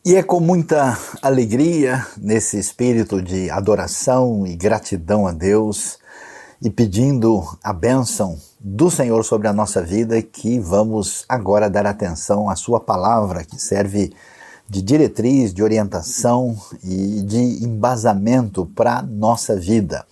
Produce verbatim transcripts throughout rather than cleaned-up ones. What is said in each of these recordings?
E é com muita alegria, nesse espírito de adoração e gratidão a Deus, e pedindo a bênção do Senhor sobre a nossa vida, que vamos agora dar atenção à sua palavra, que serve de diretriz, de orientação e de embasamento para a nossa vida.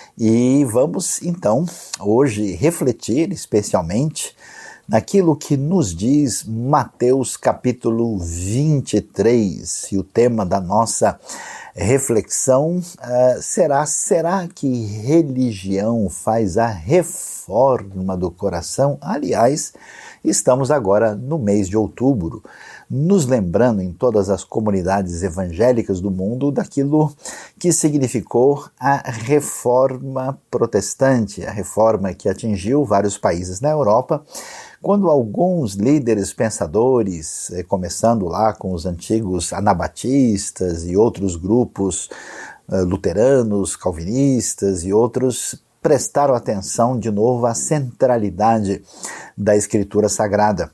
E vamos então hoje refletir especialmente naquilo que nos diz Mateus capítulo vinte e três, e o tema da nossa reflexão uh, será, será que religião faz a reforma do coração? Aliás, estamos agora no mês de outubro, nos lembrando em todas as comunidades evangélicas do mundo daquilo que significou a reforma protestante, a reforma que atingiu vários países na Europa, quando alguns líderes pensadores, começando lá com os antigos anabatistas e outros grupos uh, luteranos, calvinistas e outros, prestaram atenção de novo à centralidade da Escritura Sagrada.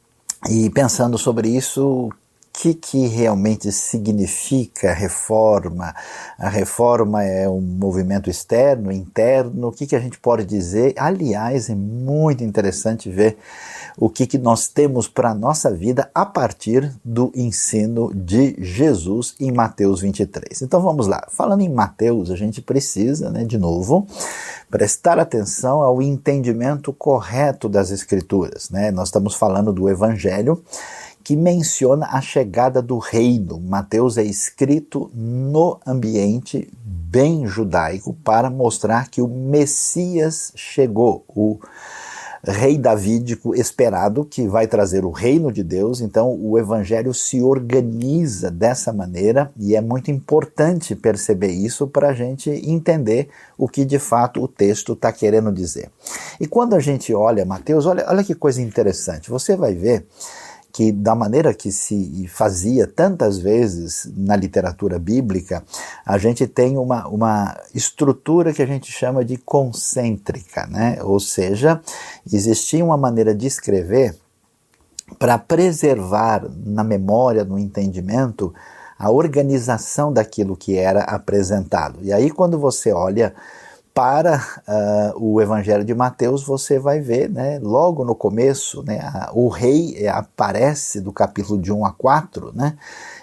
E pensando sobre isso, o que, que realmente significa reforma? A reforma é um movimento externo, interno? O que, que a gente pode dizer? Aliás, é muito interessante ver o que, que nós temos para a nossa vida a partir do ensino de Jesus em Mateus vinte e três. Então vamos lá. Falando em Mateus, a gente precisa, né, de novo, prestar atenção ao entendimento correto das Escrituras, né? Nós estamos falando do Evangelho, que menciona a chegada do reino. Mateus é escrito no ambiente bem judaico para mostrar que o Messias chegou, o rei davídico esperado, que vai trazer o reino de Deus. Então o evangelho se organiza dessa maneira e é muito importante perceber isso para a gente entender o que de fato o texto está querendo dizer. E quando a gente olha Mateus, olha, olha que coisa interessante, você vai ver que da maneira que se fazia tantas vezes na literatura bíblica, a gente tem uma, uma estrutura que a gente chama de concêntrica, né? Ou seja, existia uma maneira de escrever para preservar na memória, no entendimento, a organização daquilo que era apresentado. E aí quando você olha para uh, o Evangelho de Mateus, você vai ver, né, logo no começo, né, a, o rei aparece do capítulo de um a quatro, né,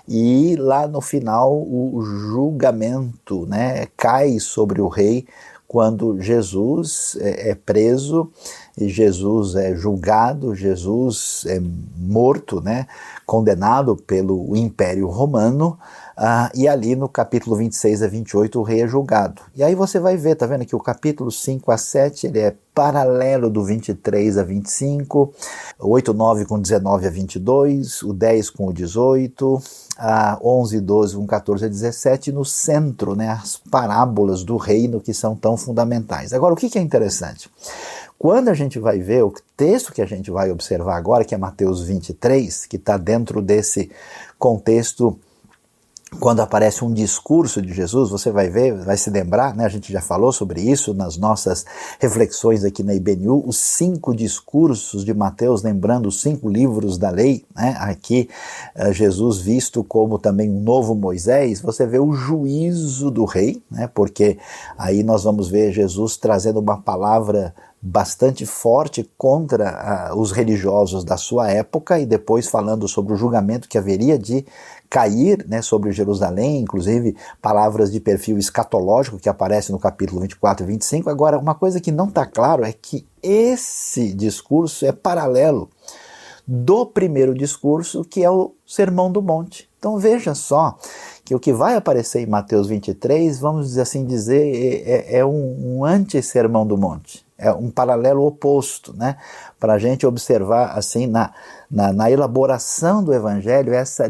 e lá no final o julgamento, né, cai sobre o rei quando Jesus é, é preso, e Jesus é julgado, Jesus é morto, né, condenado pelo Império Romano. Ah, e ali no capítulo vinte e seis a vinte e oito o rei é julgado. E aí você vai ver, tá vendo que o capítulo cinco a sete ele é paralelo do vinte e três a vinte e cinco, o oito, nove com dezenove a vinte e dois, o dez com o dezoito, a onze e doze com quatorze a dezessete, e no centro, né, as parábolas do reino que são tão fundamentais. Agora, o que, que é interessante? Quando a gente vai ver o texto que a gente vai observar agora, que é Mateus vinte e três, que está dentro desse contexto. Quando aparece um discurso de Jesus, você vai ver, vai se lembrar, né? A gente já falou sobre isso nas nossas reflexões aqui na I B N U, os cinco discursos de Mateus, lembrando os cinco livros da lei, né? Aqui uh, Jesus visto como também um novo Moisés, você vê o juízo do rei, né? Porque aí nós vamos ver Jesus trazendo uma palavra bastante forte contra uh, os religiosos da sua época, e depois falando sobre o julgamento que haveria de cair, né, sobre Jerusalém, inclusive palavras de perfil escatológico que aparecem no capítulo vinte e quatro e vinte e cinco. Agora, uma coisa que não está claro é que esse discurso é paralelo do primeiro discurso, que é o Sermão do Monte. Então veja só que o que vai aparecer em Mateus vinte e três, vamos assim dizer, é, é um, um anti-Sermão do Monte. É um paralelo oposto, né? Para a gente observar assim na, na, na elaboração do Evangelho essa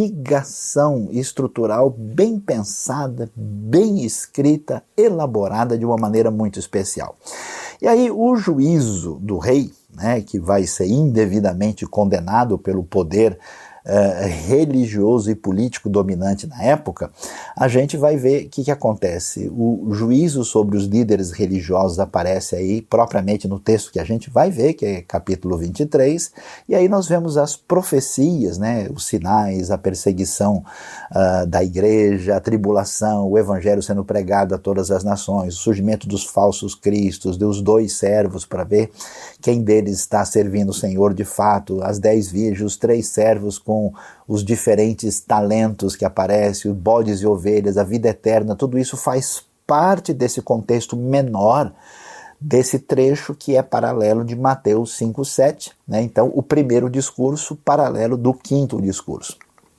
ligação estrutural bem pensada, bem escrita, elaborada de uma maneira muito especial. E aí o juízo do rei, né, que vai ser indevidamente condenado pelo poder uh, religioso e político dominante na época, a gente vai ver o que, que acontece. O juízo sobre os líderes religiosos aparece aí propriamente no texto que a gente vai ver, que é capítulo vinte e três, e aí nós vemos as profecias, né, os sinais, a perseguição uh, da igreja, a tribulação, o evangelho sendo pregado a todas as nações, o surgimento dos falsos cristos, dos dois servos para ver quem deles está servindo o Senhor de fato, as dez virgens, os três servos com os diferentes talentos que aparecem, os bodes e ovelhas, a vida eterna, tudo isso faz parte desse contexto menor, desse trecho que é paralelo de Mateus cinco, sete, né? Então o primeiro discurso paralelo do quinto discurso.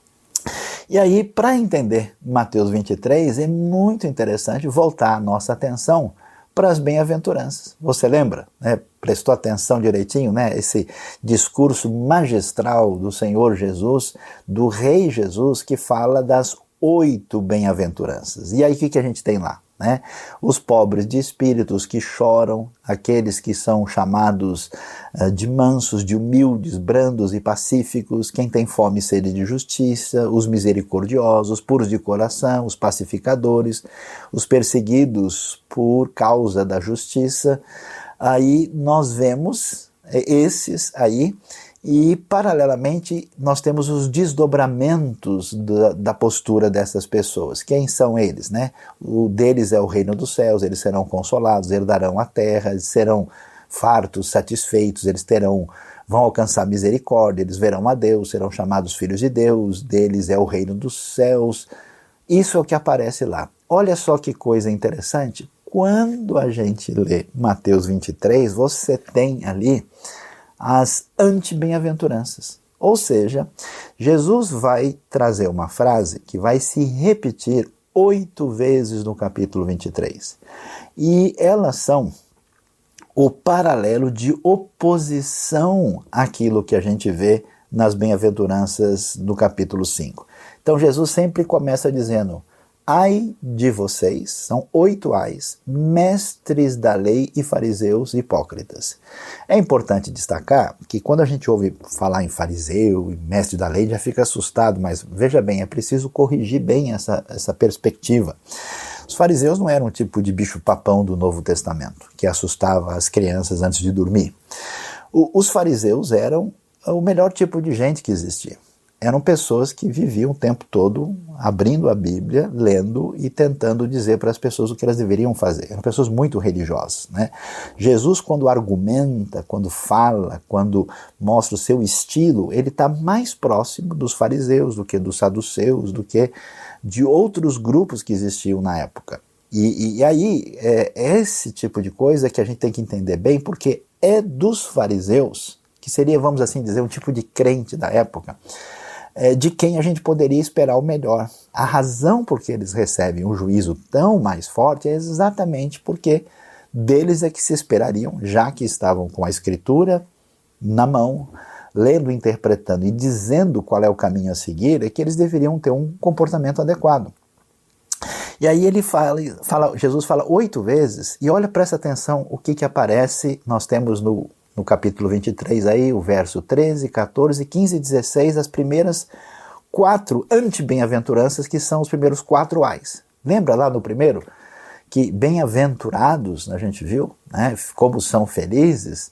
E aí, para entender Mateus vinte e três, é muito interessante voltar a nossa atenção para as bem-aventuranças. Você lembra? Né? Prestou atenção direitinho, né? Esse discurso magistral do Senhor Jesus, do Rei Jesus, que fala das oito bem-aventuranças. E aí o que, que a gente tem lá? Né? Os pobres de espíritos que choram, aqueles que são chamados uh, de mansos, de humildes, brandos e pacíficos, quem tem fome e sede de justiça, os misericordiosos, puros de coração, os pacificadores, os perseguidos por causa da justiça. Aí nós vemos esses aí, e paralelamente nós temos os desdobramentos da, da postura dessas pessoas. Quem são eles? Né? O deles é o reino dos céus, eles serão consolados, herdarão a terra, eles serão fartos, satisfeitos, eles terão, vão alcançar misericórdia, eles verão a Deus, serão chamados filhos de Deus, deles é o reino dos céus. Isso é o que aparece lá. Olha só que coisa interessante, quando a gente lê Mateus vinte e três, você tem ali as anti-bem-aventuranças. Ou seja, Jesus vai trazer uma frase que vai se repetir oito vezes no capítulo vinte e três. E elas são o paralelo de oposição àquilo que a gente vê nas bem-aventuranças do capítulo cinco. Então Jesus sempre começa dizendo: ai de vocês, são oito ais, mestres da lei e fariseus hipócritas. É importante destacar que quando a gente ouve falar em fariseu e mestre da lei, já fica assustado, mas veja bem, é preciso corrigir bem essa, essa perspectiva. Os fariseus não eram um tipo de bicho-papão do Novo Testamento, que assustava as crianças antes de dormir. O, os fariseus eram o melhor tipo de gente que existia. Eram pessoas que viviam o tempo todo abrindo a Bíblia, lendo e tentando dizer para as pessoas o que elas deveriam fazer. Eram pessoas muito religiosas, né? Jesus, quando argumenta, quando fala, quando mostra o seu estilo, ele está mais próximo dos fariseus do que dos saduceus, do que de outros grupos que existiam na época. E, e aí, é esse tipo de coisa que a gente tem que entender bem, porque é dos fariseus, que seria, vamos assim dizer, um tipo de crente da época, É, de quem a gente poderia esperar o melhor. A razão por que eles recebem um juízo tão mais forte é exatamente porque deles é que se esperariam, já que estavam com a escritura na mão, lendo, interpretando e dizendo qual é o caminho a seguir, é que eles deveriam ter um comportamento adequado. E aí ele fala, fala Jesus fala oito vezes, e olha, presta atenção o que, que aparece, nós temos no No capítulo vinte e três, aí, o verso treze, quatorze, quinze e dezesseis, as primeiras quatro anti-bem-aventuranças, que são os primeiros quatro ais. Lembra lá no primeiro? Que bem-aventurados, a gente viu, né, como são felizes,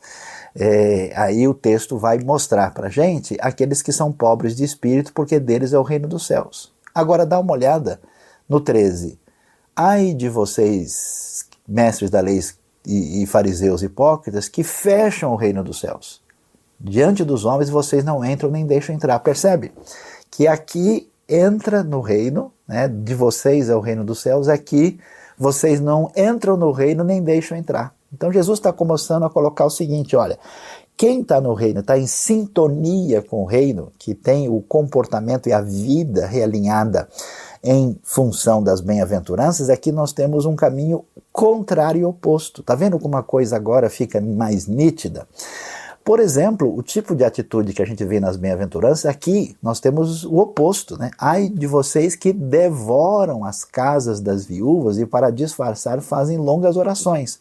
é, aí o texto vai mostrar para a gente aqueles que são pobres de espírito, porque deles é o reino dos céus. Agora dá uma olhada no treze. Ai de vocês, mestres da lei, E, e fariseus hipócritas, que fecham o reino dos céus. Diante dos homens vocês não entram nem deixam entrar. Percebe? Que aqui entra no reino, né, de vocês é o reino dos céus, aqui vocês não entram no reino nem deixam entrar. Então Jesus está começando a colocar o seguinte, olha, quem está no reino, está em sintonia com o reino, que tem o comportamento e a vida realinhada em função das bem-aventuranças, aqui nós temos um caminho contrário e oposto. Está vendo como a coisa agora fica mais nítida? Por exemplo, o tipo de atitude que a gente vê nas bem-aventuranças, aqui nós temos o oposto, né? Ai de vocês que devoram as casas das viúvas e para disfarçar fazem longas orações.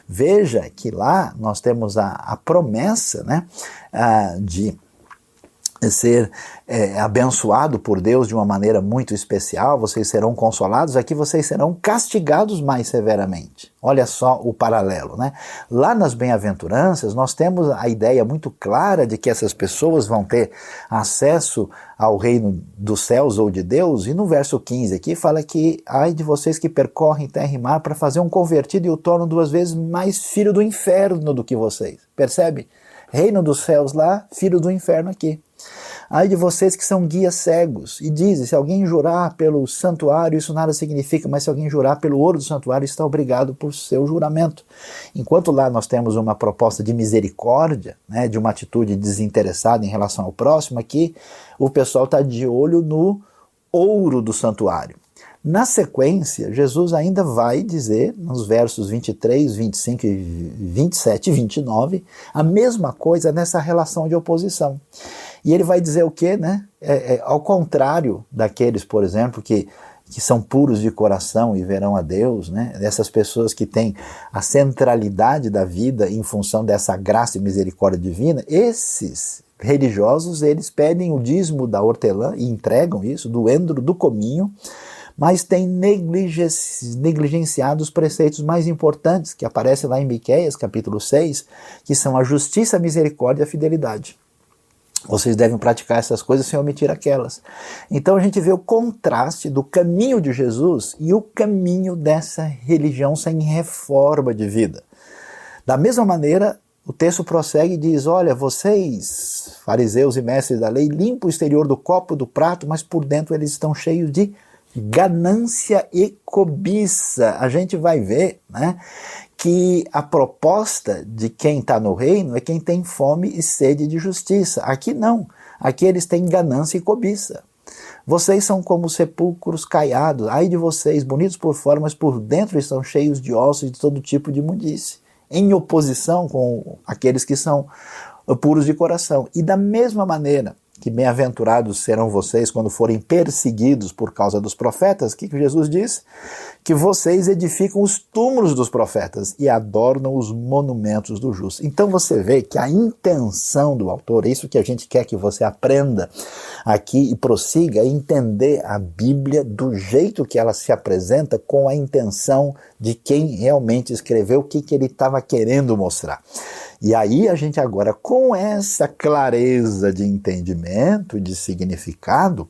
Veja que lá nós temos a, a promessa, né, a, de ser é, abençoado por Deus de uma maneira muito especial, vocês serão consolados, aqui vocês serão castigados mais severamente. Olha só o paralelo, né? Lá nas bem-aventuranças nós temos a ideia muito clara de que essas pessoas vão ter acesso ao reino dos céus ou de Deus, e no verso quinze aqui fala que ai de vocês que percorrem terra e mar para fazer um convertido e o tornam duas vezes mais filho do inferno do que vocês. Percebe? Reino dos céus lá, filho do inferno aqui. Ai de vocês que são guias cegos, e dizem, se alguém jurar pelo santuário, isso nada significa, mas se alguém jurar pelo ouro do santuário, está obrigado por seu juramento. Enquanto lá nós temos uma proposta de misericórdia, né, de uma atitude desinteressada em relação ao próximo, aqui o pessoal está de olho no ouro do santuário. Na sequência, Jesus ainda vai dizer, nos versos vinte e três, vinte e cinco, vinte e sete e vinte e nove, a mesma coisa nessa relação de oposição. E ele vai dizer o quê, né? É, é, ao contrário daqueles, por exemplo, que, que são puros de coração e verão a Deus, né? Dessas pessoas que têm a centralidade da vida em função dessa graça e misericórdia divina, esses religiosos, eles pedem o dízimo da hortelã e entregam isso, do endro, do cominho, mas têm negligenciado os preceitos mais importantes, que aparecem lá em Miqueias, capítulo seis, que são a justiça, a misericórdia e a fidelidade. Vocês devem praticar essas coisas sem omitir aquelas. Então a gente vê o contraste do caminho de Jesus e o caminho dessa religião sem reforma de vida. Da mesma maneira, o texto prossegue e diz, olha, vocês, fariseus e mestres da lei, limpam o exterior do copo, do prato, mas por dentro eles estão cheios de ganância e cobiça. A gente vai ver, né, que a proposta de quem está no reino é quem tem fome e sede de justiça. Aqui não. Aqui eles têm ganância e cobiça. Vocês são como sepulcros caiados. Ai de vocês, bonitos por fora, mas por dentro estão cheios de ossos e de todo tipo de imundície. Em oposição com aqueles que são puros de coração. E da mesma maneira que bem-aventurados serão vocês quando forem perseguidos por causa dos profetas, o que Jesus diz? Que vocês edificam os túmulos dos profetas e adornam os monumentos do justo. Então você vê que a intenção do autor, isso que a gente quer que você aprenda aqui e prossiga, é entender a Bíblia do jeito que ela se apresenta, com a intenção de quem realmente escreveu, o que, que ele estava querendo mostrar. E aí a gente agora, com essa clareza de entendimento e de significado,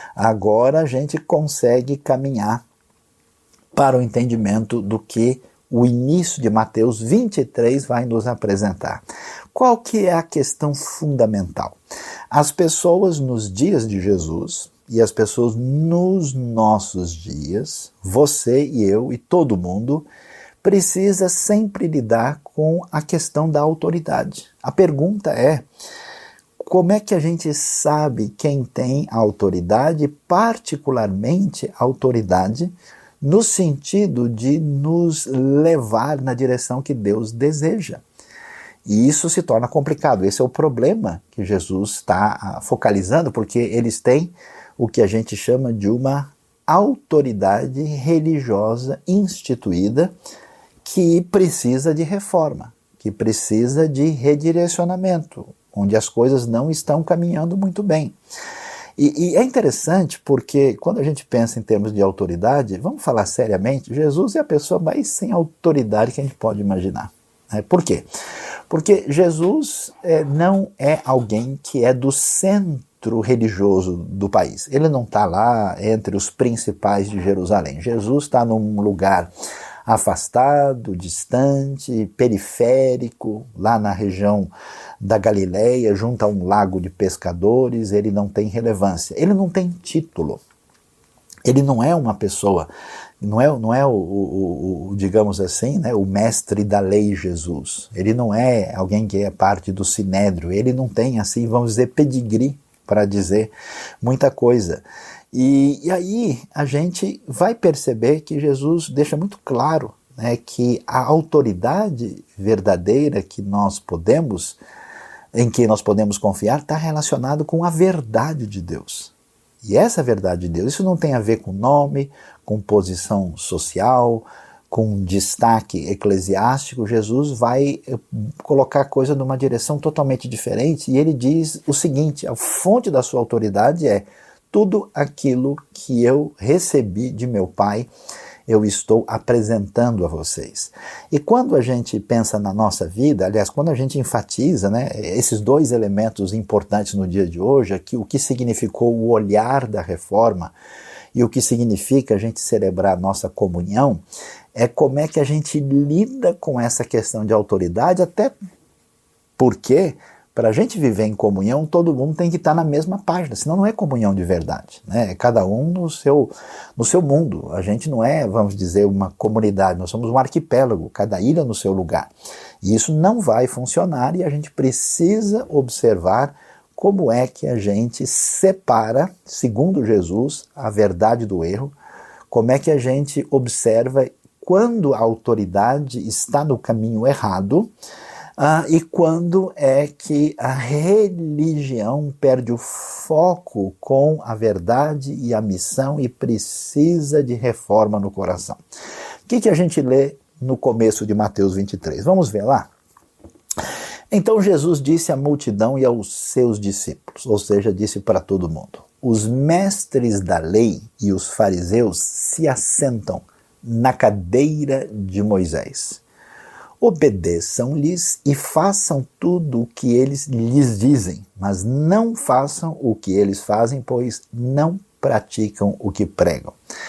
agora a gente consegue caminhar para o entendimento do que o início de Mateus vinte e três vai nos apresentar. Qual que é a questão fundamental? As pessoas nos dias de Jesus e as pessoas nos nossos dias, você e eu e todo mundo, precisa sempre lidar com a questão da autoridade. A pergunta é, como é que a gente sabe quem tem a autoridade, particularmente a autoridade no sentido de nos levar na direção que Deus deseja? E isso se torna complicado. Esse é o problema que Jesus está focalizando, porque eles têm o que a gente chama de uma autoridade religiosa instituída, que precisa de reforma, que precisa de redirecionamento, onde as coisas não estão caminhando muito bem. E, e é interessante porque quando a gente pensa em termos de autoridade, vamos falar seriamente, Jesus é a pessoa mais sem autoridade que a gente pode imaginar. Né? Por quê? Porque Jesus é, não é alguém que é do centro religioso do país. Ele não está lá entre os principais de Jerusalém. Jesus está num lugar afastado, distante, periférico, lá na região da Galileia, junto a um lago de pescadores. Ele não tem relevância, ele não tem título, ele não é uma pessoa, não é, não é o, o, o, digamos assim, né, o mestre da lei Jesus, ele não é alguém que é parte do sinédrio, ele não tem, assim, vamos dizer, pedigree para dizer muita coisa. E, e aí a gente vai perceber que Jesus deixa muito claro, né, que a autoridade verdadeira que nós podemos, em que nós podemos confiar, está relacionado com a verdade de Deus. E essa verdade de Deus, isso não tem a ver com nome, com posição social, com um destaque eclesiástico, Jesus vai colocar a coisa numa direção totalmente diferente, e ele diz o seguinte: a fonte da sua autoridade é tudo aquilo que eu recebi de meu Pai, eu estou apresentando a vocês. E quando a gente pensa na nossa vida, aliás, quando a gente enfatiza, né, esses dois elementos importantes no dia de hoje, aqui, o que significou o olhar da reforma e o que significa a gente celebrar a nossa comunhão, é como é que a gente lida com essa questão de autoridade, até porque para a gente viver em comunhão, todo mundo tem que estar na mesma página, senão não é comunhão de verdade, né? É cada um no seu, no seu mundo. A gente não é, vamos dizer, uma comunidade, nós somos um arquipélago, cada ilha no seu lugar. E isso não vai funcionar, e a gente precisa observar como é que a gente separa, segundo Jesus, a verdade do erro, como é que a gente observa quando a autoridade está no caminho errado, Ah, e quando é que a religião perde o foco com a verdade e a missão e precisa de reforma no coração. O que, que a gente lê no começo de Mateus vinte e três? Vamos ver lá? Então Jesus disse à multidão e aos seus discípulos, ou seja, disse para todo mundo: os mestres da lei e os fariseus se assentam na cadeira de Moisés. Obedeçam-lhes e façam tudo o que eles lhes dizem, mas não façam o que eles fazem, pois não praticam o que pregam.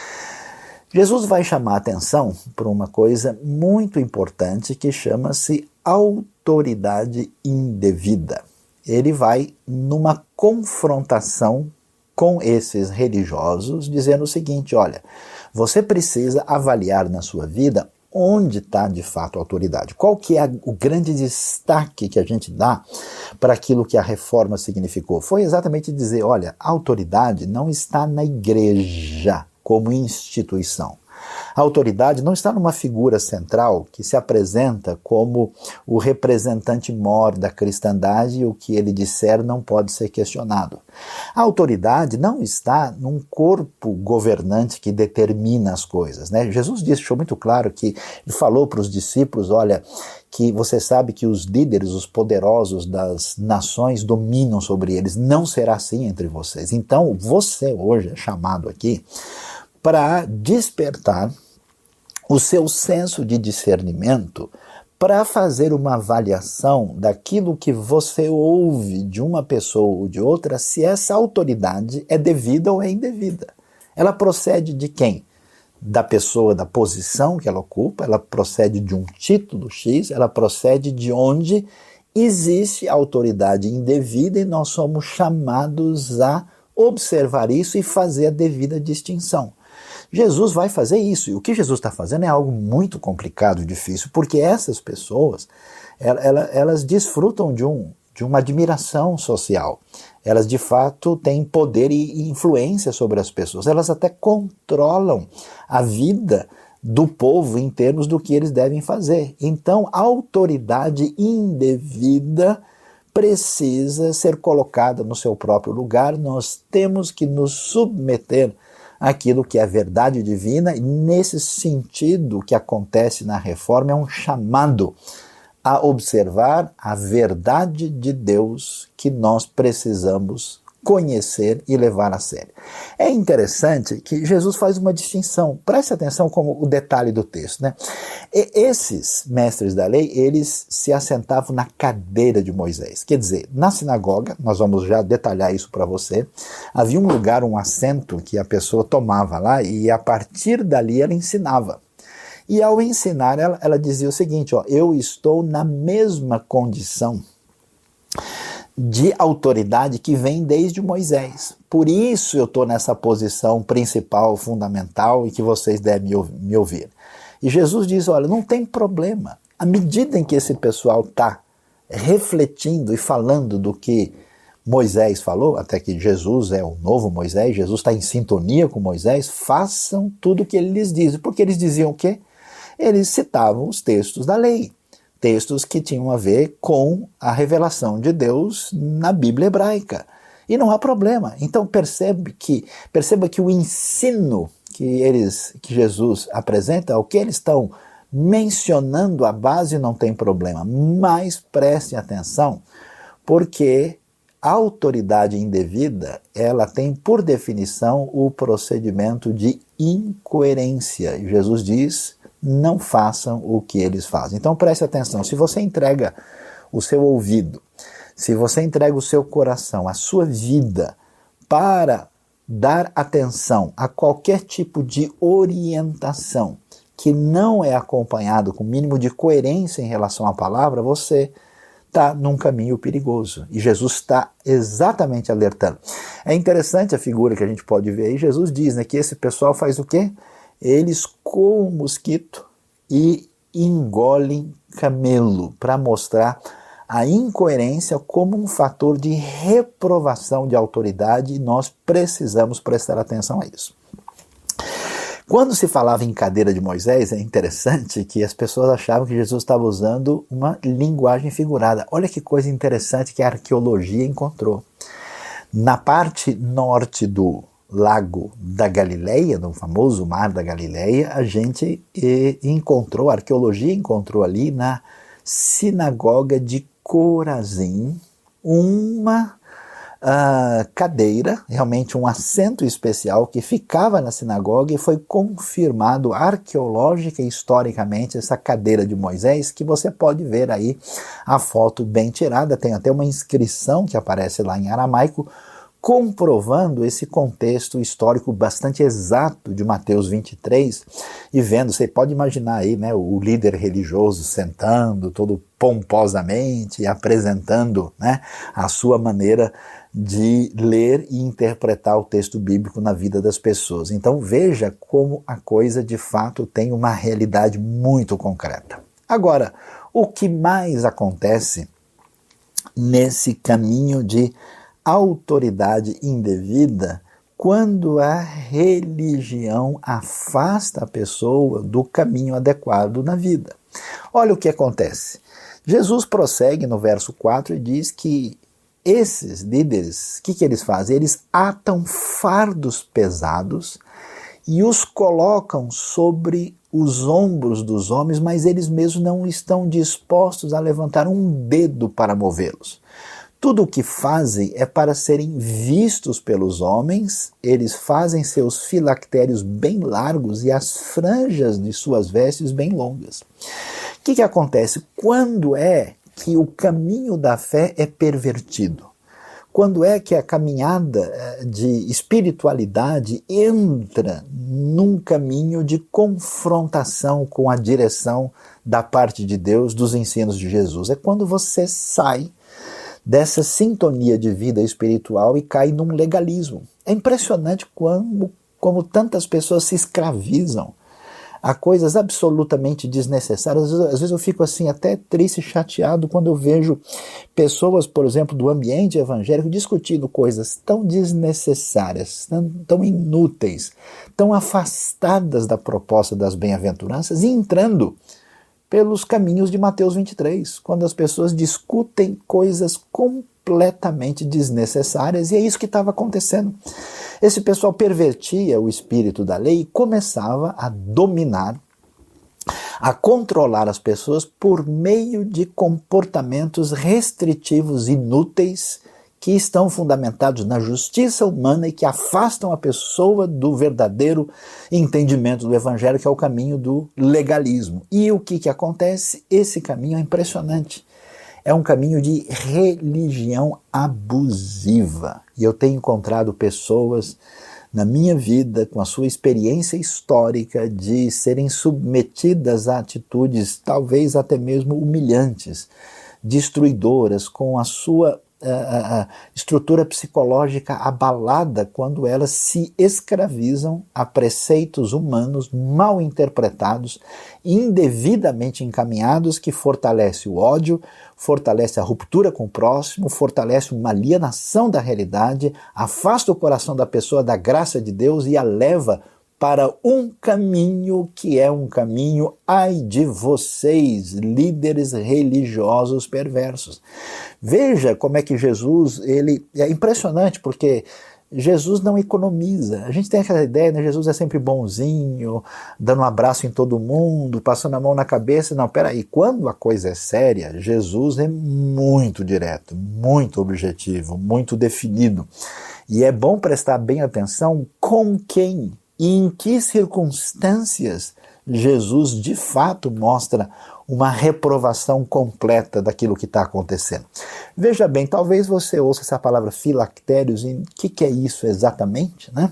Jesus vai chamar a atenção para uma coisa muito importante que chama-se autoridade indevida. Ele vai numa confrontação com esses religiosos, dizendo o seguinte: olha, você precisa avaliar na sua vida onde está de fato a autoridade. Qual que é o grande destaque que a gente dá para aquilo que a reforma significou? Foi exatamente dizer, olha, a autoridade não está na igreja como instituição. A autoridade não está numa figura central que se apresenta como o representante mor da cristandade e o que ele disser não pode ser questionado. A autoridade não está num corpo governante que determina as coisas, né? Jesus deixou muito claro que ele falou para os discípulos, olha, que você sabe que os líderes, os poderosos das nações dominam sobre eles, não será assim entre vocês. Então você hoje é chamado aqui para despertar o seu senso de discernimento para fazer uma avaliação daquilo que você ouve de uma pessoa ou de outra, se essa autoridade é devida ou é indevida. Ela procede de quem? Da pessoa, da posição que ela ocupa, ela procede de um título X, ela procede de onde existe autoridade indevida, e nós somos chamados a observar isso e fazer a devida distinção. Jesus vai fazer isso, e o que Jesus está fazendo é algo muito complicado e difícil, porque essas pessoas, elas, elas desfrutam de, um, de uma admiração social, elas de fato têm poder e influência sobre as pessoas, elas até controlam a vida do povo em termos do que eles devem fazer. Então, a autoridade indevida precisa ser colocada no seu próprio lugar, nós temos que nos submeter aquilo que é a verdade divina, e nesse sentido que acontece na reforma é um chamado a observar a verdade de Deus que nós precisamos conhecer e levar a sério. É interessante que Jesus faz uma distinção, preste atenção como o detalhe do texto, né? E esses mestres da lei, eles se assentavam na cadeira de Moisés, quer dizer, na sinagoga, nós vamos já detalhar isso para você, havia um lugar, um assento que a pessoa tomava lá e a partir dali ela ensinava. E ao ensinar, ela, ela dizia o seguinte, ó, eu estou na mesma condição de autoridade que vem desde Moisés. Por isso eu estou nessa posição principal, fundamental, e que vocês devem me ouvir. E Jesus diz, olha, não tem problema. À medida em que esse pessoal está refletindo e falando do que Moisés falou, até que Jesus é o novo Moisés, Jesus está em sintonia com Moisés, façam tudo o que ele lhes diz. Porque eles diziam o quê? Eles citavam os textos da lei. Textos que tinham a ver com a revelação de Deus na Bíblia hebraica. E não há problema. Então percebe que, perceba que o ensino que eles, que Jesus apresenta, o que eles estão mencionando a base não tem problema, mas preste atenção, porque a autoridade indevida, ela tem por definição o procedimento de incoerência. E Jesus diz, não façam o que eles fazem. Então preste atenção, se você entrega o seu ouvido, se você entrega o seu coração, a sua vida para dar atenção a qualquer tipo de orientação que não é acompanhado com o mínimo de coerência em relação à palavra, você está num caminho perigoso. E Jesus está exatamente alertando. É interessante a figura que a gente pode ver aí. Jesus diz, né, que esse pessoal faz o quê? Eles coam mosquito e engolem camelo, para mostrar a incoerência como um fator de reprovação de autoridade, e nós precisamos prestar atenção a isso. Quando se falava em cadeira de Moisés, é interessante que as pessoas achavam que Jesus estava usando uma linguagem figurada. Olha que coisa interessante que a arqueologia encontrou. Na parte norte do Lago da Galileia, no famoso Mar da Galileia, a gente eh, encontrou, a arqueologia encontrou ali na sinagoga de Corazim uma uh, cadeira, realmente um assento especial que ficava na sinagoga, e foi confirmado arqueológica e historicamente essa cadeira de Moisés, que você pode ver aí a foto bem tirada, tem até uma inscrição que aparece lá em aramaico, comprovando esse contexto histórico bastante exato de Mateus vinte e três, e vendo, você pode imaginar aí, né, o líder religioso sentando todo pomposamente e apresentando, né, a sua maneira de ler e interpretar o texto bíblico na vida das pessoas. Então veja como a coisa de fato tem uma realidade muito concreta. Agora, o que mais acontece nesse caminho de autoridade indevida quando a religião afasta a pessoa do caminho adequado na vida? Olha o que acontece. Jesus prossegue no verso quatro e diz que esses líderes, o que, que eles fazem? Eles atam fardos pesados e os colocam sobre os ombros dos homens, mas eles mesmos não estão dispostos a levantar um dedo para movê-los. Tudo o que fazem é para serem vistos pelos homens, eles fazem seus filactérios bem largos e as franjas de suas vestes bem longas. O que, que acontece? Quando é que o caminho da fé é pervertido? Quando é que a caminhada de espiritualidade entra num caminho de confrontação com a direção da parte de Deus, dos ensinos de Jesus? É quando você sai dessa sintonia de vida espiritual e cai num legalismo. É impressionante como, como tantas pessoas se escravizam a coisas absolutamente desnecessárias. Às vezes, às vezes eu fico assim até triste e chateado quando eu vejo pessoas, por exemplo, do ambiente evangélico discutindo coisas tão desnecessárias, tão, tão inúteis, tão afastadas da proposta das bem-aventuranças e entrando pelos caminhos de Mateus vinte e três, quando as pessoas discutem coisas completamente desnecessárias, e é isso que estava acontecendo. Esse pessoal pervertia o espírito da lei e começava a dominar, a controlar as pessoas por meio de comportamentos restritivos inúteis que estão fundamentados na justiça humana e que afastam a pessoa do verdadeiro entendimento do evangelho, que é o caminho do legalismo. E o que, que acontece? Esse caminho é impressionante. É um caminho de religião abusiva. E eu tenho encontrado pessoas na minha vida, com a sua experiência histórica, de serem submetidas a atitudes talvez até mesmo humilhantes, destruidoras, com a sua a, a estrutura psicológica abalada quando elas se escravizam a preceitos humanos mal interpretados, indevidamente encaminhados, que fortalece o ódio, fortalece a ruptura com o próximo, fortalece uma alienação da realidade, afasta o coração da pessoa da graça de Deus e a leva para um caminho que é um caminho, ai de vocês, líderes religiosos perversos. Veja como é que Jesus, ele é impressionante, porque Jesus não economiza. A gente tem aquela ideia, né? Jesus é sempre bonzinho, dando um abraço em todo mundo, passando a mão na cabeça. Não, peraí, quando a coisa é séria, Jesus é muito direto, muito objetivo, muito definido. E é bom prestar bem atenção com quem e em que circunstâncias Jesus de fato mostra uma reprovação completa daquilo que está acontecendo. Veja bem, talvez você ouça essa palavra filactérios, e o que, que é isso exatamente, né?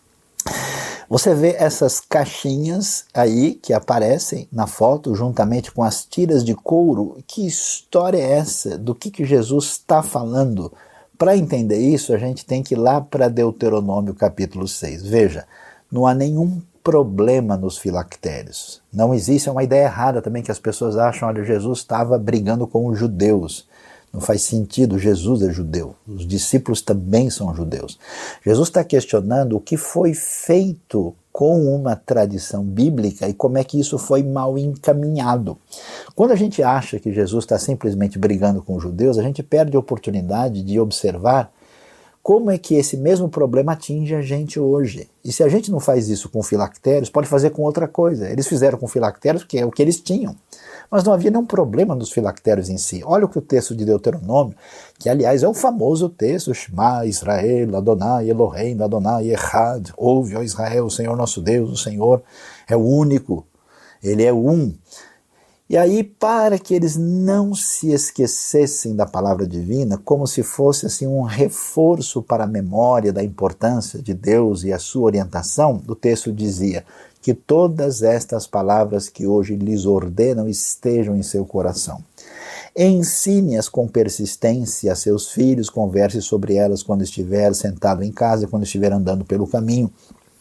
Você vê essas caixinhas aí que aparecem na foto juntamente com as tiras de couro. Que história é essa? Do que, que Jesus está falando? Para entender isso, a gente tem que ir lá para Deuteronômio capítulo seis. Veja, não há nenhum problema nos filactérios. Não existe, é uma ideia errada também que as pessoas acham, olha, Jesus estava brigando com os judeus. Não faz sentido, Jesus é judeu, os discípulos também são judeus. Jesus está questionando o que foi feito com uma tradição bíblica e como é que isso foi mal encaminhado. Quando a gente acha que Jesus está simplesmente brigando com os judeus, a gente perde a oportunidade de observar como é que esse mesmo problema atinge a gente hoje. E se a gente não faz isso com filactérios, pode fazer com outra coisa. Eles fizeram com filactérios porque é o que eles tinham. Mas não havia nenhum problema nos filactérios em si. Olha o que o texto de Deuteronômio, que aliás é o famoso texto, Shema Israel, Adonai Elohim, Adonai Echad, ouve, ó Israel, o Senhor nosso Deus, o Senhor é o único, Ele é um. E aí, para que eles não se esquecessem da palavra divina, como se fosse assim um reforço para a memória da importância de Deus e a sua orientação, o texto dizia que todas estas palavras que hoje lhes ordenam estejam em seu coração. Ensine-as com persistência a seus filhos, converse sobre elas quando estiver sentado em casa, quando estiver andando pelo caminho,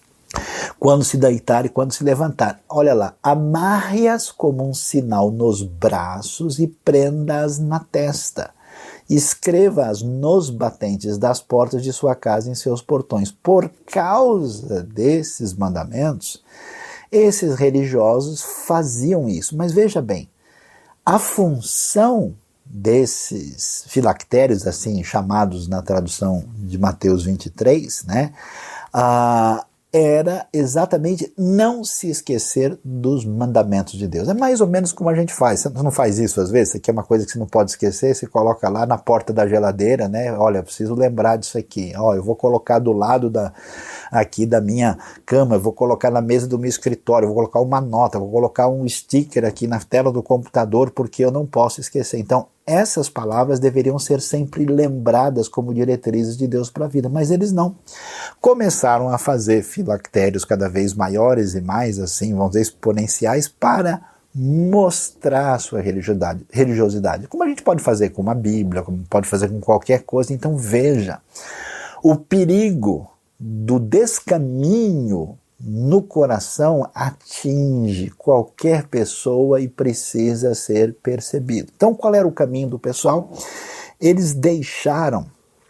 quando se deitar e quando se levantar. Olha lá, amarre-as como um sinal nos braços e prenda-as na testa. Escreva-as nos batentes das portas de sua casa e em seus portões. Por causa desses mandamentos, esses religiosos faziam isso. Mas veja bem, a função desses filactérios, assim chamados na tradução de Mateus vinte e três, né, ah, era exatamente não se esquecer dos mandamentos de Deus. É mais ou menos como a gente faz. Você não faz isso às vezes? Isso aqui é uma coisa que você não pode esquecer, você coloca lá na porta da geladeira, né? Olha, eu preciso lembrar disso aqui. Olha, eu vou colocar do lado da, aqui da minha cama, eu vou colocar na mesa do meu escritório, eu vou colocar uma nota, eu vou colocar um sticker aqui na tela do computador, porque eu não posso esquecer. Então, essas palavras deveriam ser sempre lembradas como diretrizes de Deus para a vida, mas eles não. Começaram a fazer filactérios cada vez maiores e mais, assim, vamos dizer, exponenciais, para mostrar a sua religiosidade, religiosidade. Como a gente pode fazer com uma Bíblia, como pode fazer com qualquer coisa. Então veja, o perigo do descaminho no coração atinge qualquer pessoa e precisa ser percebido. Então, qual era o caminho do pessoal? Eles deixaram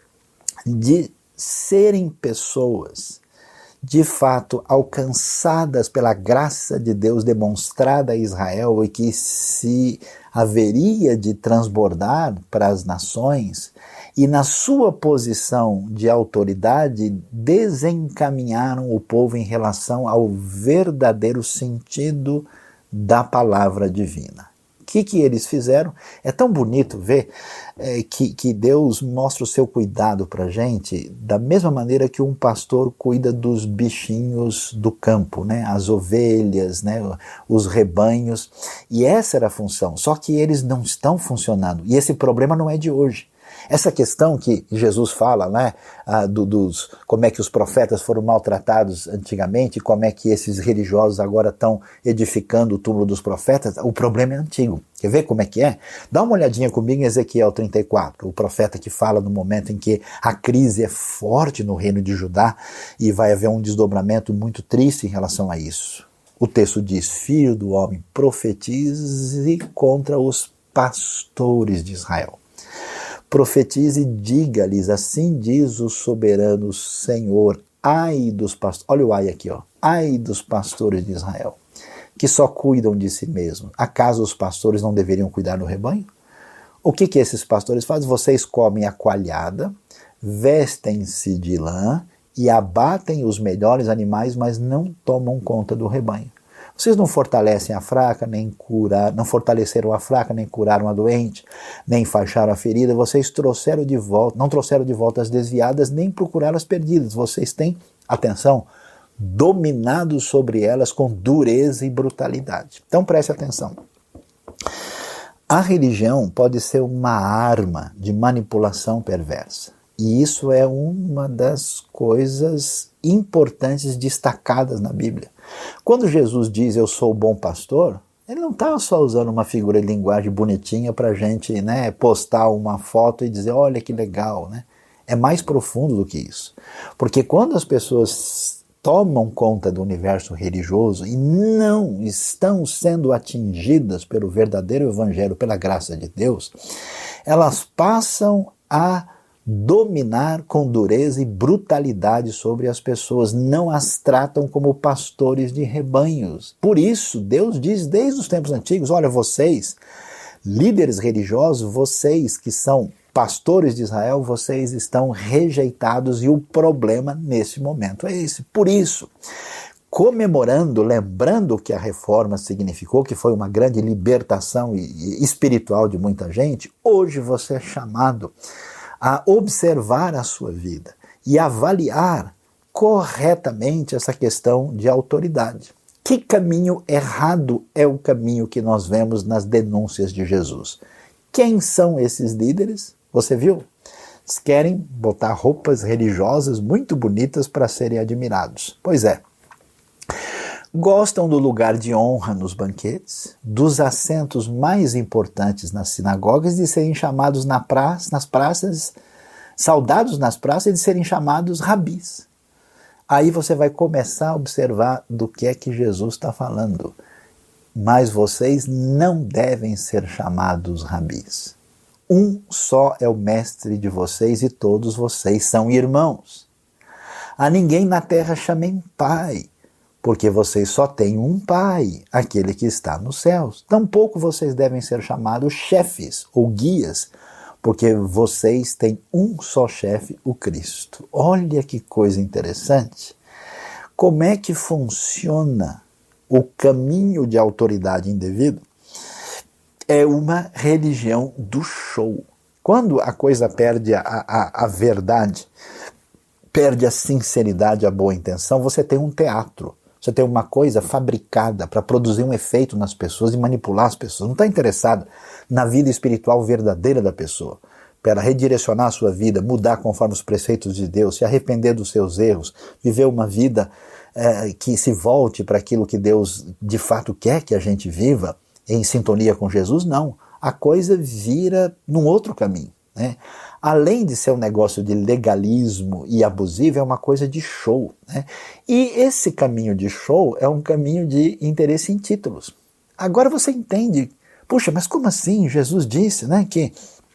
de serem pessoas de fato alcançadas pela graça de Deus demonstrada a Israel e que se haveria de transbordar para as nações, e na sua posição de autoridade desencaminharam o povo em relação ao verdadeiro sentido da palavra divina. O que, que eles fizeram? É tão bonito ver é, que, que Deus mostra o seu cuidado para a gente da mesma maneira que um pastor cuida dos bichinhos do campo, né? As ovelhas, né? Os rebanhos. E essa era a função, só que eles não estão funcionando. E esse problema não é de hoje. Essa questão que Jesus fala, né, ah, do, dos, como é que os profetas foram maltratados antigamente, como é que esses religiosos agora estão edificando o túmulo dos profetas, o problema é antigo. Quer ver como é que é? Dá uma olhadinha comigo em Ezequiel trinta e quatro, o profeta que fala no momento em que a crise é forte no reino de Judá e vai haver um desdobramento muito triste em relação a isso. O texto diz, filho do homem, profetize contra os pastores de Israel. Profetize e diga-lhes, assim diz o soberano Senhor, ai dos pastores, olha o ai aqui, ó, ai dos pastores de Israel, que só cuidam de si mesmos. Acaso os pastores não deveriam cuidar do rebanho? O que que esses pastores fazem? Vocês comem a coalhada, vestem-se de lã e abatem os melhores animais, mas não tomam conta do rebanho. Vocês não fortalecem a fraca, nem curar, não fortaleceram a fraca, nem curaram a doente, nem enfaixaram a ferida. Vocês trouxeram de volta, não trouxeram de volta as desviadas, nem procuraram as perdidas. Vocês têm, atenção, dominado sobre elas com dureza e brutalidade. Então preste atenção. A religião pode ser uma arma de manipulação perversa. E isso é uma das coisas importantes destacadas na Bíblia. Quando Jesus diz eu sou o bom pastor, ele não estava só usando uma figura de linguagem bonitinha para a gente, né, postar uma foto e dizer olha que legal. Né? É mais profundo do que isso. Porque quando as pessoas tomam conta do universo religioso e não estão sendo atingidas pelo verdadeiro evangelho, pela graça de Deus, elas passam a dominar com dureza e brutalidade sobre as pessoas, não as tratam como pastores de rebanhos. Por isso, Deus diz desde os tempos antigos, olha, vocês, líderes religiosos, vocês que são pastores de Israel, vocês estão rejeitados e o problema nesse momento é esse. Por isso, comemorando, lembrando o que a reforma significou, que foi uma grande libertação espiritual de muita gente, hoje você é chamado a observar a sua vida e avaliar corretamente essa questão de autoridade. Que caminho errado é o caminho que nós vemos nas denúncias de Jesus? Quem são esses líderes? Você viu? Eles querem botar roupas religiosas muito bonitas para serem admirados. Pois é. Gostam do lugar de honra nos banquetes, dos assentos mais importantes nas sinagogas, de serem chamados na praça, nas praças, saudados nas praças e de serem chamados rabis. Aí você vai começar a observar do que é que Jesus está falando. Mas vocês não devem ser chamados rabis. Um só é o mestre de vocês e todos vocês são irmãos. A ninguém na terra chamem pai, porque vocês só têm um pai, aquele que está nos céus. Tampouco vocês devem ser chamados chefes ou guias, porque vocês têm um só chefe, o Cristo. Olha que coisa interessante. Como é que funciona o caminho de autoridade indevida? É uma religião do show. Quando a coisa perde a, a, a verdade, perde a sinceridade, a boa intenção, você tem um teatro. Você tem uma coisa fabricada para produzir um efeito nas pessoas e manipular as pessoas. Não está interessado na vida espiritual verdadeira da pessoa, para redirecionar a sua vida, mudar conforme os preceitos de Deus, se arrepender dos seus erros, viver uma vida é, que se volte para aquilo que Deus de fato quer que a gente viva, em sintonia com Jesus. Não. A coisa vira num outro caminho, né? Além de ser um negócio de legalismo e abusivo, é uma coisa de show, né? E esse caminho de show é um caminho de interesse em títulos. Agora você entende, puxa, mas como assim? Jesus disse, né, que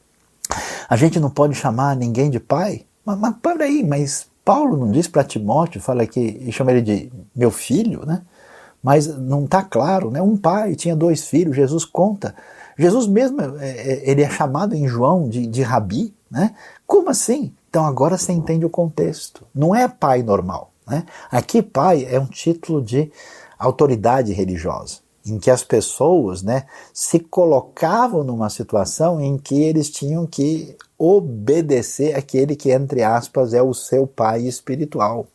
a gente não pode chamar ninguém de pai? Mas, mas peraí, mas Paulo não disse para Timóteo, fala que, e chama ele de meu filho, né? Mas não está claro, né? Um pai tinha dois filhos, Jesus conta. Jesus mesmo, ele é chamado em João de, de rabi, né? Como assim? Então agora você entende o contexto. Não é pai normal, né? Aqui pai é um título de autoridade religiosa, em que as pessoas, né, se colocavam numa situação em que eles tinham que obedecer aquele que, entre aspas, é o seu pai espiritual.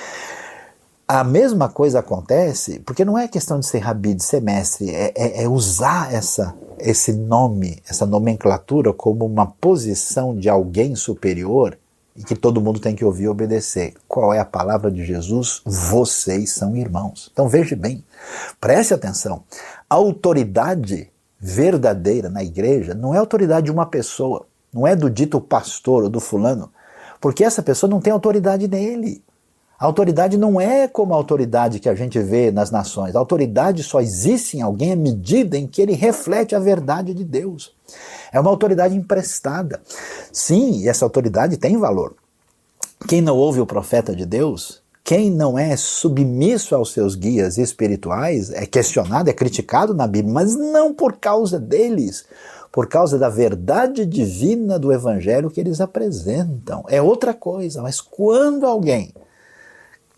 A mesma coisa acontece, porque não é questão de ser rabi, de ser mestre, é, é, é usar essa, esse nome, essa nomenclatura como uma posição de alguém superior e que todo mundo tem que ouvir e obedecer. Qual é a palavra de Jesus? Vocês são irmãos. Então veja bem, preste atenção, a autoridade verdadeira na igreja não é a autoridade de uma pessoa, não é do dito pastor ou do fulano, porque essa pessoa não tem autoridade nele. A autoridade não é como a autoridade que a gente vê nas nações. A autoridade só existe em alguém à medida em que ele reflete a verdade de Deus. É uma autoridade emprestada. Sim, e essa autoridade tem valor. Quem não ouve o profeta de Deus, quem não é submisso aos seus guias espirituais, é questionado, é criticado na Bíblia, mas não por causa deles, por causa da verdade divina do evangelho que eles apresentam. É outra coisa, mas quando alguém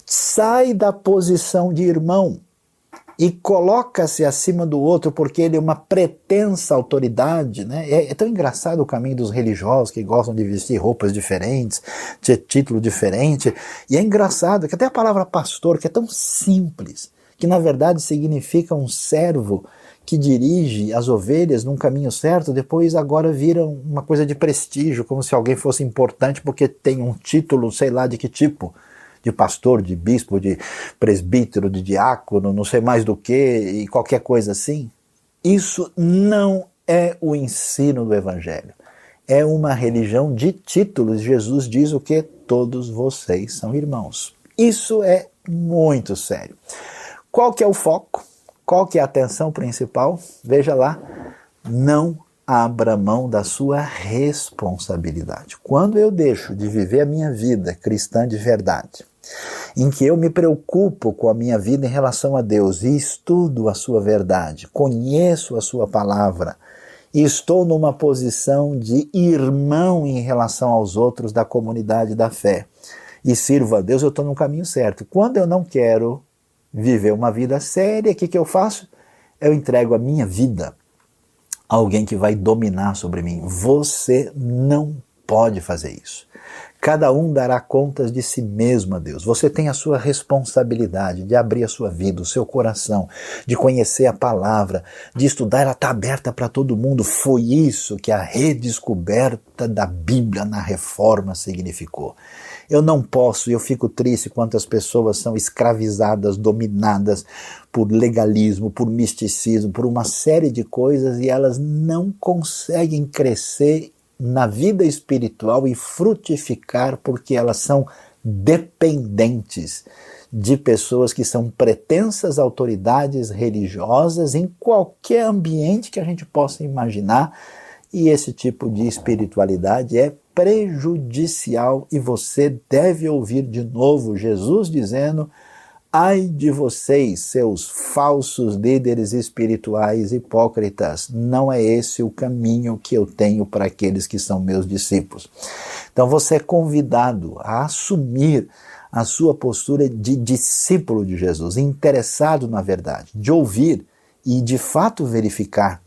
sai da posição de irmão e coloca-se acima do outro porque ele é uma pretensa autoridade, né? É, é tão engraçado o caminho dos religiosos que gostam de vestir roupas diferentes, ter título diferente, e é engraçado que até a palavra pastor, que é tão simples, que na verdade significa um servo que dirige as ovelhas num caminho certo, depois agora vira uma coisa de prestígio, como se alguém fosse importante porque tem um título, sei lá de que tipo, de pastor, de bispo, de presbítero, de diácono, não sei mais do que, e qualquer coisa assim. Isso não é o ensino do Evangelho. É uma religião de títulos. Jesus diz o que? Todos vocês são irmãos. Isso é muito sério. Qual que é o foco? Qual que é a atenção principal? Veja lá, não abra mão da sua responsabilidade. Quando eu deixo de viver a minha vida cristã de verdade, em que eu me preocupo com a minha vida em relação a Deus e estudo a sua verdade, conheço a sua palavra e estou numa posição de irmão em relação aos outros da comunidade da fé e sirvo a Deus, eu estou no caminho certo. Quando eu não quero viver uma vida séria, o que, que eu faço? Eu entrego a minha vida a alguém que vai dominar sobre mim. Você não pode fazer isso. Cada um dará contas de si mesmo a Deus. Você tem a sua responsabilidade de abrir a sua vida, o seu coração, de conhecer a palavra, de estudar, ela está aberta para todo mundo. Foi isso que a redescoberta da Bíblia na Reforma significou. Eu não posso, e eu fico triste quantas pessoas são escravizadas, dominadas por legalismo, por misticismo, por uma série de coisas, e elas não conseguem crescer na vida espiritual e frutificar porque elas são dependentes de pessoas que são pretensas autoridades religiosas em qualquer ambiente que a gente possa imaginar, e esse tipo de espiritualidade é prejudicial e você deve ouvir de novo Jesus dizendo: ai de vocês, seus falsos líderes espirituais hipócritas, não é esse o caminho que eu tenho para aqueles que são meus discípulos. Então você é convidado a assumir a sua postura de discípulo de Jesus, interessado na verdade, de ouvir e de fato verificar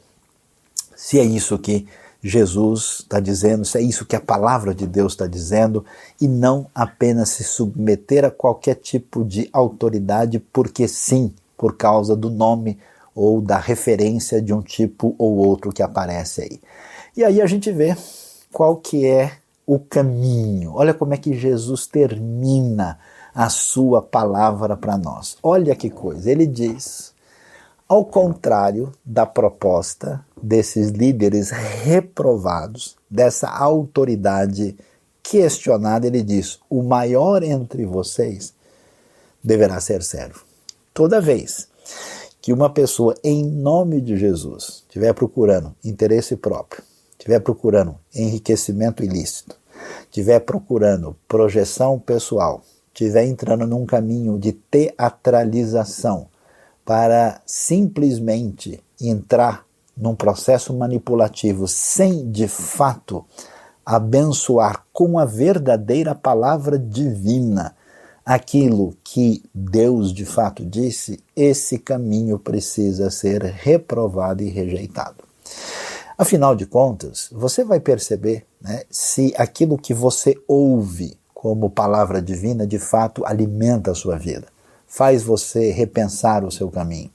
se é isso que Jesus está dizendo, se é isso que a palavra de Deus está dizendo, e não apenas se submeter a qualquer tipo de autoridade porque sim, por causa do nome ou da referência de um tipo ou outro que aparece aí. E aí a gente vê qual que é o caminho. Olha como é que Jesus termina a sua palavra para nós. Olha que coisa, ele diz: ao contrário da proposta desses líderes reprovados, dessa autoridade questionada, ele diz: o maior entre vocês deverá ser servo. Toda vez que uma pessoa, em nome de Jesus, estiver procurando interesse próprio, estiver procurando enriquecimento ilícito, estiver procurando projeção pessoal, estiver entrando num caminho de teatralização, para simplesmente entrar num processo manipulativo sem, de fato, abençoar com a verdadeira palavra divina aquilo que Deus de fato disse, esse caminho precisa ser reprovado e rejeitado. Afinal de contas, você vai perceber, né, se aquilo que você ouve como palavra divina de fato alimenta a sua vida, faz você repensar o seu caminho,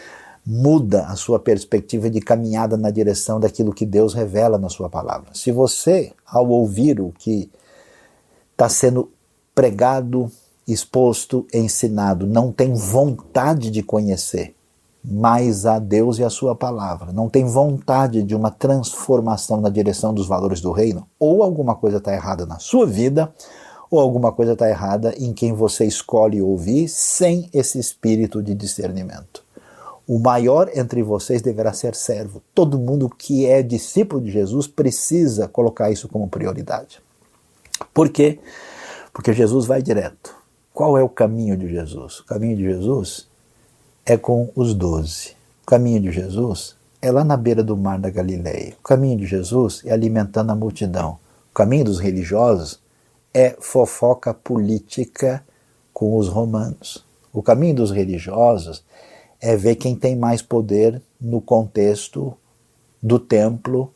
muda a sua perspectiva de caminhada na direção daquilo que Deus revela na sua palavra. Se você, ao ouvir o que está sendo pregado, exposto, ensinado, não tem vontade de conhecer mais a Deus e a sua palavra, não tem vontade de uma transformação na direção dos valores do reino, ou alguma coisa está errada na sua vida, ou alguma coisa está errada em quem você escolhe ouvir sem esse espírito de discernimento. O maior entre vocês deverá ser servo. Todo mundo que é discípulo de Jesus precisa colocar isso como prioridade. Por quê? Porque Jesus vai direto. Qual é o caminho de Jesus? O caminho de Jesus é com os doze. O caminho de Jesus é lá na beira do mar da Galileia. O caminho de Jesus é alimentando a multidão. O caminho dos religiosos é fofoca política com os romanos. O caminho dos religiosos é ver quem tem mais poder no contexto do templo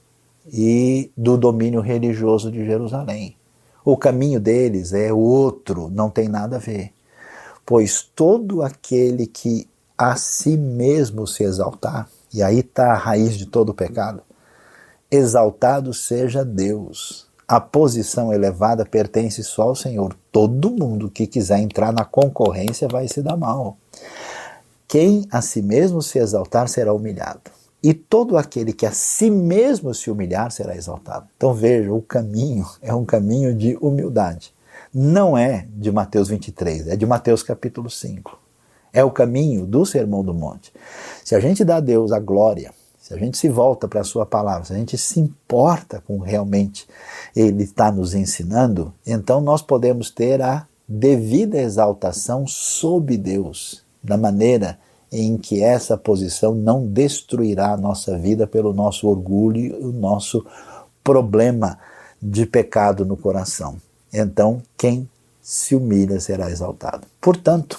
e do domínio religioso de Jerusalém. O caminho deles é outro, não tem nada a ver. Pois todo aquele que a si mesmo se exaltar, e aí está a raiz de todo o pecado, exaltado seja Deus. A posição elevada pertence só ao Senhor. Todo mundo que quiser entrar na concorrência vai se dar mal. Quem a si mesmo se exaltar será humilhado. E todo aquele que a si mesmo se humilhar será exaltado. Então veja, o caminho é um caminho de humildade. Não é de Mateus vinte e três, é de Mateus capítulo cinco. É o caminho do Sermão do Monte. Se a gente dá a Deus a glória, se a gente se volta para a sua palavra, se a gente se importa com realmente Ele está nos ensinando, então nós podemos ter a devida exaltação sob Deus, da maneira em que essa posição não destruirá a nossa vida pelo nosso orgulho e o nosso problema de pecado no coração. Então, quem se humilha será exaltado. Portanto,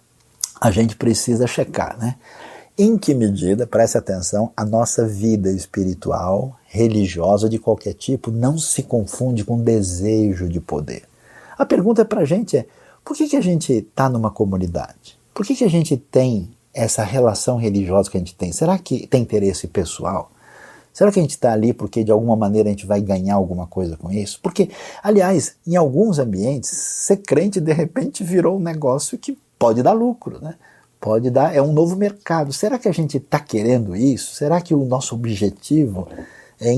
a gente precisa checar, né? Em que medida, preste atenção, a nossa vida espiritual, religiosa de qualquer tipo, não se confunde com desejo de poder. A pergunta para a gente é, por que, que a gente está numa comunidade? Por que, que a gente tem essa relação religiosa que a gente tem? Será que tem interesse pessoal? Será que a gente está ali porque de alguma maneira a gente vai ganhar alguma coisa com isso? Porque, aliás, em alguns ambientes, ser crente de repente virou um negócio que pode dar lucro, né? Pode dar, é um novo mercado. Será que a gente está querendo isso? Será que o nosso objetivo é,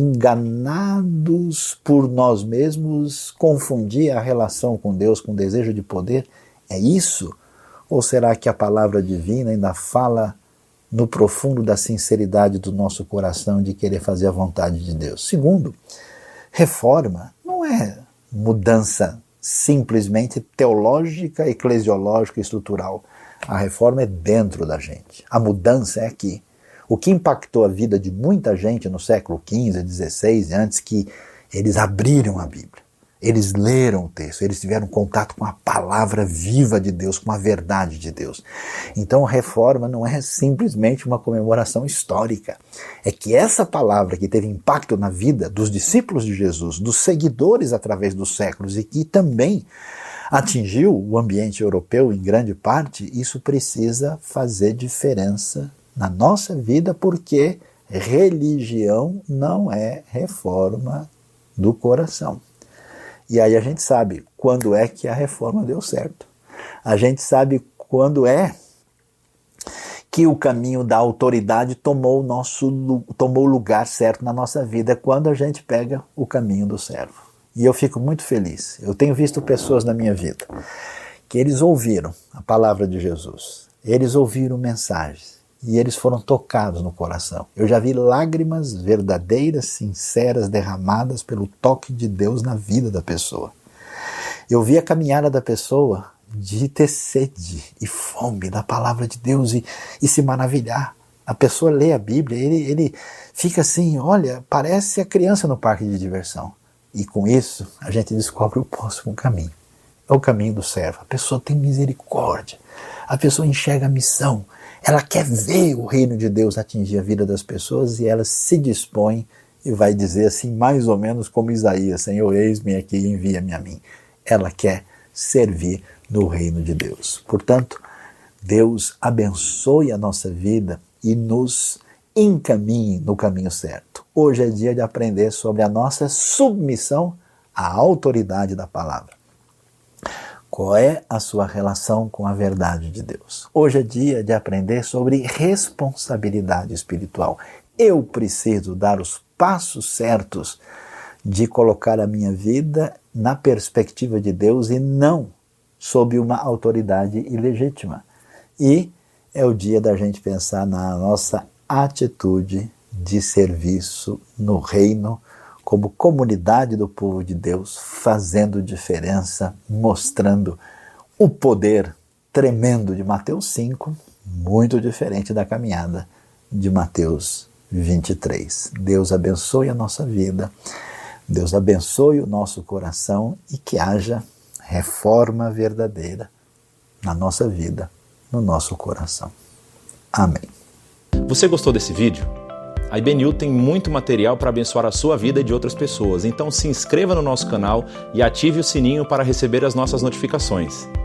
enganados por nós mesmos, confundir a relação com Deus com o desejo de poder? É isso? Ou será que a palavra divina ainda fala no profundo da sinceridade do nosso coração de querer fazer a vontade de Deus? Segundo, reforma não é mudança simplesmente teológica, eclesiológica e estrutural. A reforma é dentro da gente. A mudança é aqui. O que impactou a vida de muita gente no século quinze, dezesseis e antes, que eles abriram a Bíblia. Eles leram o texto, eles tiveram contato com a palavra viva de Deus, com a verdade de Deus. Então, a reforma não é simplesmente uma comemoração histórica. É que essa palavra que teve impacto na vida dos discípulos de Jesus, dos seguidores através dos séculos e que também atingiu o ambiente europeu em grande parte, isso precisa fazer diferença na nossa vida, porque religião não é reforma do coração. E aí a gente sabe quando é que a reforma deu certo. A gente sabe quando é que o caminho da autoridade tomou o nosso, tomou o lugar certo na nossa vida, é quando a gente pega o caminho do servo. E eu fico muito feliz. Eu tenho visto pessoas na minha vida que eles ouviram a palavra de Jesus, eles ouviram mensagens e eles foram tocados no coração. Eu já vi lágrimas verdadeiras, sinceras, derramadas pelo toque de Deus na vida da pessoa. Eu vi a caminhada da pessoa de ter sede e fome da palavra de Deus e, e se maravilhar. A pessoa lê a Bíblia, ele, ele fica assim, olha, parece a criança no parque de diversão. E com isso, a gente descobre o próximo caminho. É o caminho do servo. A pessoa tem misericórdia. A pessoa enxerga a missão. Ela quer ver o reino de Deus atingir a vida das pessoas e ela se dispõe e vai dizer assim, mais ou menos como Isaías, Senhor, eis-me aqui, envia-me a mim. Ela quer servir no reino de Deus. Portanto, Deus abençoe a nossa vida e nos encaminhe no caminho certo. Hoje é dia de aprender sobre a nossa submissão à autoridade da palavra. Qual é a sua relação com a verdade de Deus? Hoje é dia de aprender sobre responsabilidade espiritual. Eu preciso dar os passos certos de colocar a minha vida na perspectiva de Deus e não sob uma autoridade ilegítima. E é o dia da gente pensar na nossa atitude de serviço no reino, como comunidade do povo de Deus, fazendo diferença, mostrando o poder tremendo de Mateus cinco, muito diferente da caminhada de Mateus vinte e três. Deus abençoe a nossa vida, Deus abençoe o nosso coração e que haja reforma verdadeira na nossa vida, no nosso coração. Amém. Você gostou desse vídeo? A I B N U tem muito material para abençoar a sua vida e de outras pessoas, então se inscreva no nosso canal e ative o sininho para receber as nossas notificações.